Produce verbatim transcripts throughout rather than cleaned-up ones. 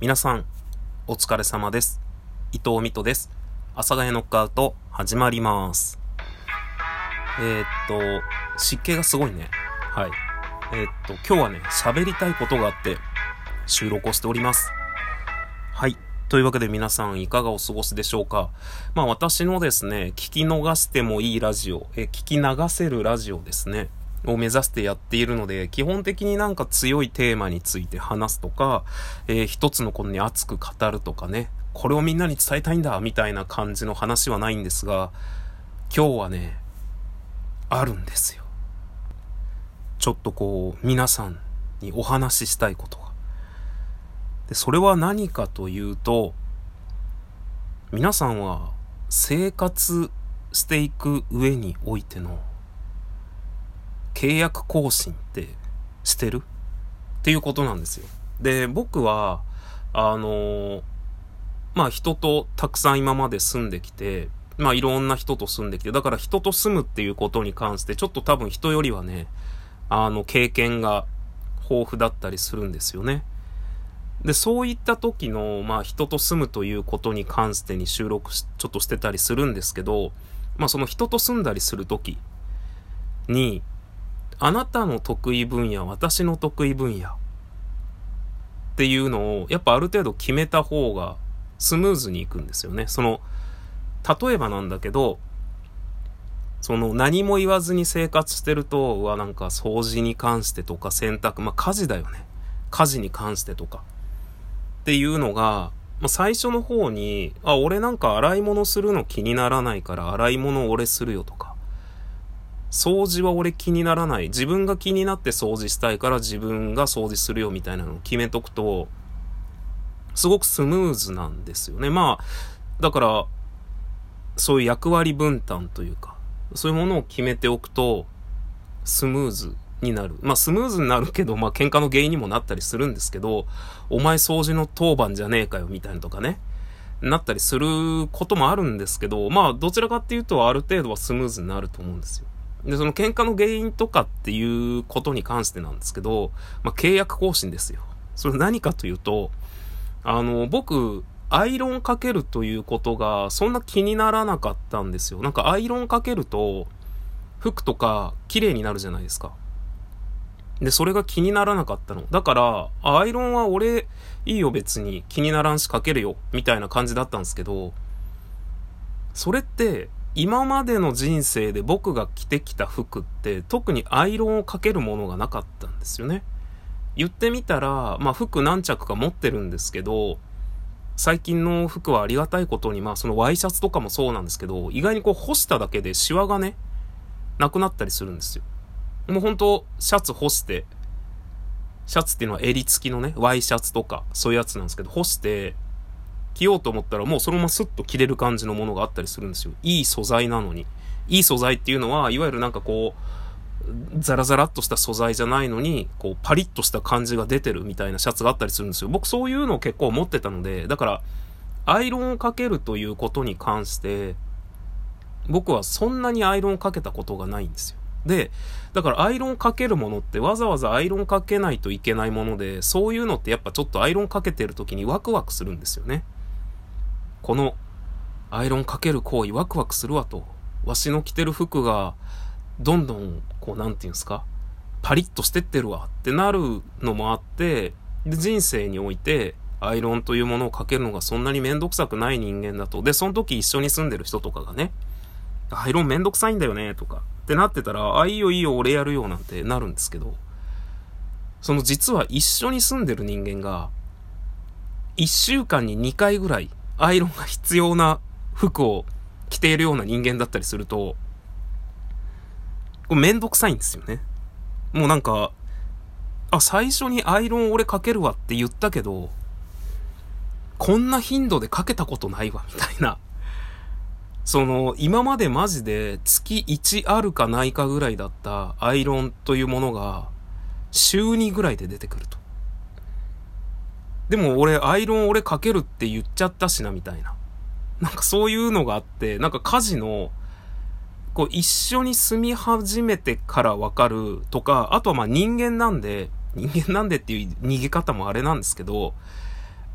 皆さんお疲れ様です。伊藤美斗です。阿佐ヶ谷ノックアウト始まります。えー、っと湿気がすごいね。はい。えー、っと今日はね喋りたいことがあって収録をしております。はい。というわけで皆さんいかがお過ごしでしょうか。まあ私のですね聞き逃してもいいラジオ、え聞き流せるラジオですねを目指してやっているので、基本的になんか強いテーマについて話すとか、えー、一つのことに熱く語るとかね、これをみんなに伝えたいんだみたいな感じの話はないんですが、今日はねあるんですよ。ちょっとこう皆さんにお話ししたいことが。でそれは何かというと、皆さんは生活していく上においての契約更新ってしてるっていうことなんですよ。で、僕はあのー、まあ人とたくさん今まで住んできて、まあいろんな人と住んできて、だから人と住むっていうことに関してちょっと多分人よりはね、あの経験が豊富だったりするんですよね。で、そういった時のまあ人と住むということに関してに収録しちょっとしてたりするんですけど、まあその人と住んだりする時に、あなたの得意分野、私の得意分野っていうのをやっぱある程度決めた方がスムーズにいくんですよね。その例えばなんだけど、その何も言わずに生活してると、うわなんか掃除に関してとか洗濯、まあ家事だよね。家事に関してとかっていうのが、まあ、最初の方に、あ、俺なんか洗い物するの気にならないから洗い物俺するよとか、掃除は俺気にならない、自分が気になって掃除したいから自分が掃除するよみたいなのを決めとくとすごくスムーズなんですよね。まあだからそういう役割分担というか、そういうものを決めておくとスムーズになる。まあスムーズになるけど、まあ喧嘩の原因にもなったりするんですけど、お前掃除の当番じゃねえかよみたいなとかね、なったりすることもあるんですけど、まあどちらかっていうとある程度はスムーズになると思うんですよ。で、その喧嘩の原因とかっていうことに関してなんですけど、まあ、契約更新ですよ。それ何かというと、あの、僕、アイロンかけるということがそんな気にならなかったんですよ。なんかアイロンかけると、服とか綺麗になるじゃないですか。で、それが気にならなかったの。だから、アイロンは俺、いいよ別に気にならんしかけるよ、みたいな感じだったんですけど、それって、今までの人生で僕が着てきた服って特にアイロンをかけるものがなかったんですよね。言ってみたら、まあ服何着か持ってるんですけど、最近の服はありがたいことに、まあそのワイシャツとかもそうなんですけど、意外にこう干しただけでシワがね、なくなったりするんですよ。もうほんとシャツ干して、シャツっていうのは襟付きのね、ワイシャツとかそういうやつなんですけど、干して、着ようと思ったらもうそのままスッと着れる感じのものがあったりするんですよ。いい素材なのに。いい素材っていうのは、いわゆるなんかこう、ザラザラっとした素材じゃないのに、こう、パリッとした感じが出てるみたいなシャツがあったりするんですよ。僕そういうのを結構持ってたので、だから、アイロンをかけるということに関して、僕はそんなにアイロンをかけたことがないんですよ。で、だからアイロンかけるものってわざわざアイロンかけないといけないもので、そういうのってやっぱちょっとアイロンかけてる時にワクワクするんですよね。このアイロンかける行為ワクワクするわと、わしの着てる服がどんどんこうなんていうんですか、パリッとしてってるわってなるのもあって、で人生においてアイロンというものをかけるのがそんなにめんどくさくない人間だと。でその時一緒に住んでる人とかがね、アイロンめんどくさいんだよねとかってなってたら、あいいよいいよ俺やるよなんてなるんですけど、その実は一緒に住んでる人間がいっしゅうかんににかいぐらいアイロンが必要な服を着ているような人間だったりすると、これめんどくさいんですよね。もうなんか、あ、最初にアイロン俺かけるわって言ったけど、こんな頻度でかけたことないわみたいな。その今までマジで月いちあるかないかぐらいだったアイロンというものが週にぐらいで出てくると。でも俺アイロン俺かけるって言っちゃったしなみたいな、なんかそういうのがあって、なんか家事のこう一緒に住み始めてからわかるとか、あとはまあ人間なんで人間なんでっていう逃げ方もあれなんですけど、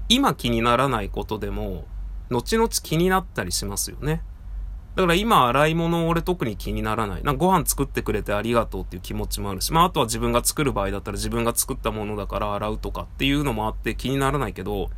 今気にならないことでも、後々気になったりしますよね。だから今洗い物俺特に気にならない。なんかご飯作ってくれてありがとうっていう気持ちもあるし、まああとは自分が作る場合だったら自分が作ったものだから洗うとかっていうのもあって気にならないけど、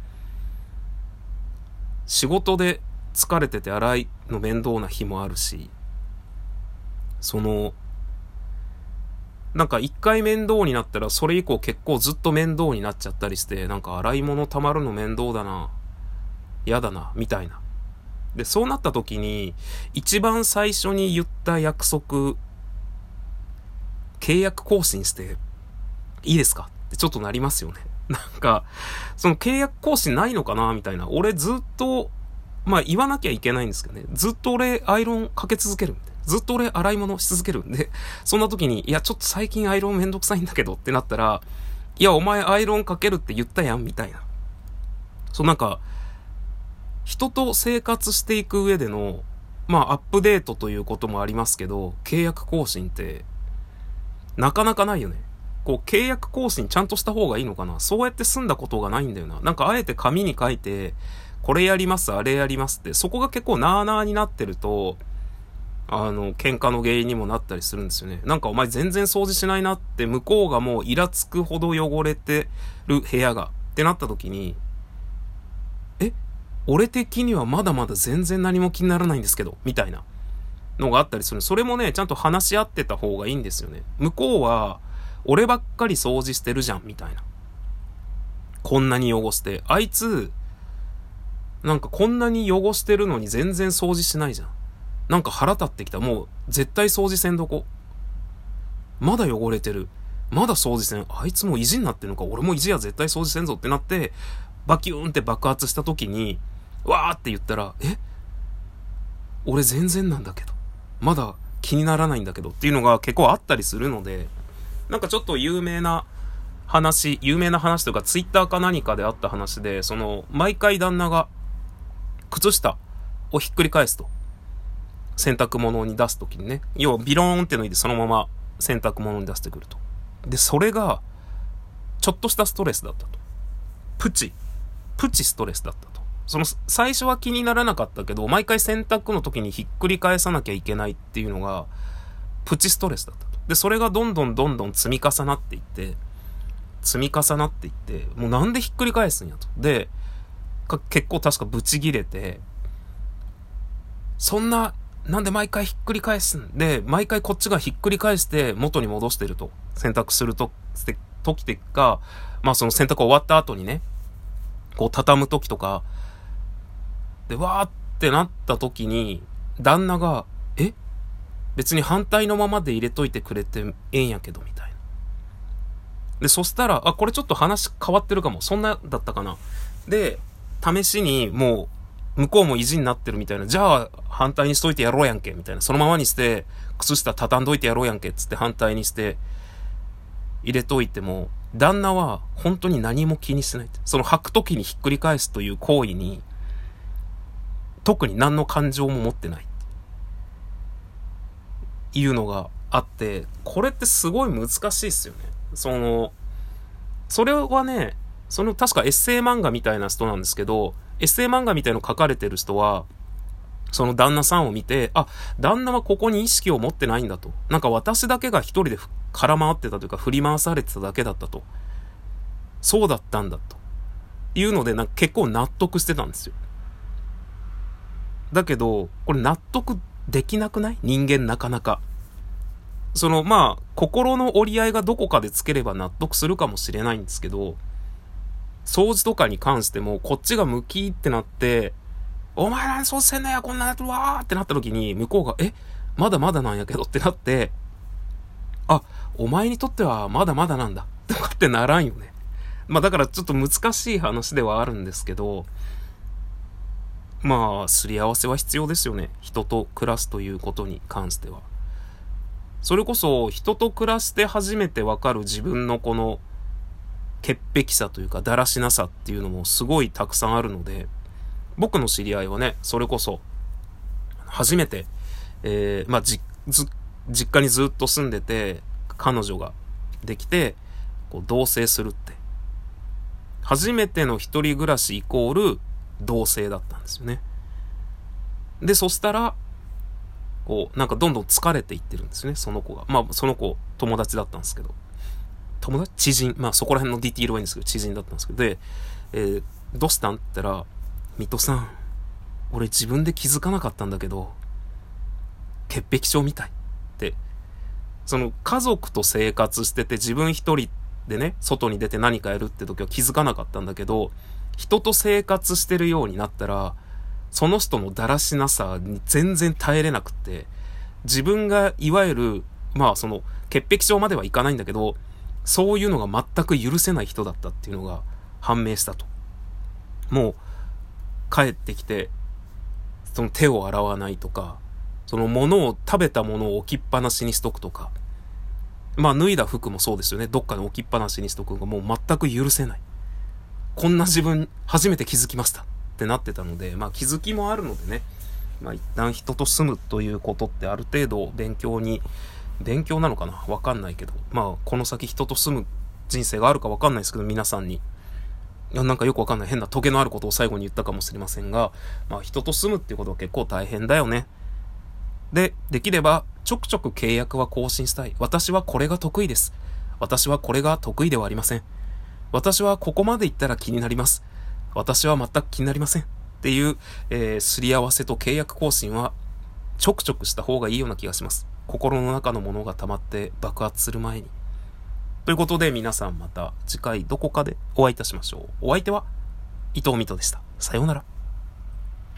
仕事で疲れてて洗いの面倒な日もあるし、その、なんか一回面倒になったらそれ以降結構ずっと面倒になっちゃったりして、なんか洗い物溜まるの面倒だな、嫌だな、みたいな。で、そうなった時に、一番最初に言った約束、契約更新して、いいですかってちょっとなりますよね。なんか、その契約更新ないのかなみたいな。俺ずっと、まあ言わなきゃいけないんですけどね。ずっと俺アイロンかけ続けるんで。ずっと俺洗い物し続けるんで。そんな時に、いやちょっと最近アイロンめんどくさいんだけどってなったら、いやお前アイロンかけるって言ったやんみたいな。そうなんか、人と生活していく上での、まあアップデートということもありますけど、契約更新って、なかなかないよね。こう契約更新ちゃんとした方がいいのかな。そうやって済んだことがないんだよな。なんかあえて紙に書いて、これやります、あれやりますって、そこが結構なーなーになってると、あの、喧嘩の原因にもなったりするんですよね。なんかお前全然掃除しないなって、向こうがもうイラつくほど汚れてる部屋が、ってなった時に、え俺的にはまだまだ全然何も気にならないんですけど、みたいなのがあったりする。それもね、ちゃんと話し合ってた方がいいんですよね。向こうは、俺ばっかり掃除してるじゃん、みたいな。こんなに汚して。あいつ、なんかこんなに汚してるのに全然掃除しないじゃん。なんか腹立ってきた。もう、絶対掃除せんどこ。まだ汚れてる。まだ掃除せん。あいつも意地になってんのか。俺も意地や絶対掃除せんぞってなって、バキューンって爆発した時に、わーって言ったら、え俺全然なんだけど。まだ気にならないんだけどっていうのが結構あったりするので、なんかちょっと有名な話、有名な話というかツイッターか何かであった話で、その、毎回旦那が靴下をひっくり返すと。洗濯物に出すときにね。要はビローンって脱いでそのまま洗濯物に出してくると。で、それが、ちょっとしたストレスだったと。プチ、プチストレスだったと。その、最初は気にならなかったけど、毎回洗濯の時にひっくり返さなきゃいけないっていうのが、プチストレスだったと。で、それがどんどんどんどん積み重なっていって、積み重なっていって、もうなんでひっくり返すんやと。で、結構確かブチギレて、そんな、なんで毎回ひっくり返すんで、毎回こっちがひっくり返して元に戻してると。洗濯すると、時ってか、まあその洗濯終わった後にね、こう畳む時とか、で、わーってなった時に、旦那が、え別に反対のままで入れといてくれてええんやけど、みたいな。で、そしたら、あ、これちょっと話変わってるかも。そんなだったかな。で、試しにもう、向こうも意地になってるみたいな。じゃあ、反対にしといてやろうやんけ、みたいな。そのままにして、靴下畳んどいてやろうやんけ、つって反対にして、入れといても、旦那は本当に何も気にしてない。その履く時にひっくり返すという行為に、特に何の感情も持ってない。いうのがあって、これってすごい難しいっすよね。その、それはね、その確かエッセイ漫画みたいな人なんですけど、エッセイ漫画みたいの書かれてる人は、その旦那さんを見て、あ、旦那はここに意識を持ってないんだと。なんか私だけが一人で空回ってたというか振り回されてただけだったと。そうだったんだと。いうので、なんか結構納得してたんですよ。だけど、これ納得できなくない？人間なかなか。その、まあ、心の折り合いがどこかでつければ納得するかもしれないんですけど、掃除とかに関しても、こっちがムキーってなって、お前何掃除せんのや、こんなやつわーってなった時に、向こうが、え、まだまだなんやけどってなって、あ、お前にとってはまだまだなんだ。とかってならんよね。まあだからちょっと難しい話ではあるんですけど、まあ、すり合わせは必要ですよね。人と暮らすということに関しては。それこそ、人と暮らして初めてわかる自分のこの、潔癖さというか、だらしなさっていうのもすごいたくさんあるので、僕の知り合いはね、それこそ、初めて、えー、まあ、じ、ず、実家にずっと住んでて、彼女ができて、こう同棲するって、 初めての一人暮らしイコール同棲だったんですよね。で、そしたら、こう、なんかどんどん疲れていってるんですよね、その子が。まあ、その子、友達だったんですけど。友達知人。まあ、そこら辺のディティールはいいんですけど、知人だったんですけど。で、えー、どうしたんって言ったら、水戸さん、俺自分で気づかなかったんだけど、潔癖症みたいって。その、家族と生活してて自分一人でね、外に出て何かやるって時は気づかなかったんだけど、人と生活してるようになったら、その人のだらしなさに全然耐えれなくって、自分がいわゆる、まあその、潔癖症まではいかないんだけど、そういうのが全く許せない人だったっていうのが判明したと。もう、帰ってきて、その手を洗わないとか、その物を、食べたものを置きっぱなしにしとくとか、まあ脱いだ服もそうですよね。どっかに置きっぱなしにしとくのがもう全く許せない。こんな自分、初めて気づきました。ってなってたので、まあ気づきもあるのでね、まあ一旦人と住むということってある程度勉強に、勉強なのかなわかんないけど、まあこの先人と住む人生があるかわかんないですけど、皆さんに。いや、なんかよくわかんない変なトゲのあることを最後に言ったかもしれませんが、まあ人と住むっていうことは結構大変だよね。で、できればちょくちょく契約は更新したい。私はこれが得意です。私はこれが得意ではありません。私はここまで行ったら気になります。私は全く気になりません。っていう、えー、すり合わせと契約更新はちょくちょくした方がいいような気がします。心の中のものが溜まって爆発する前に。ということで皆さんまた次回どこかでお会いいたしましょう。お相手は伊藤美斗でした。さようなら。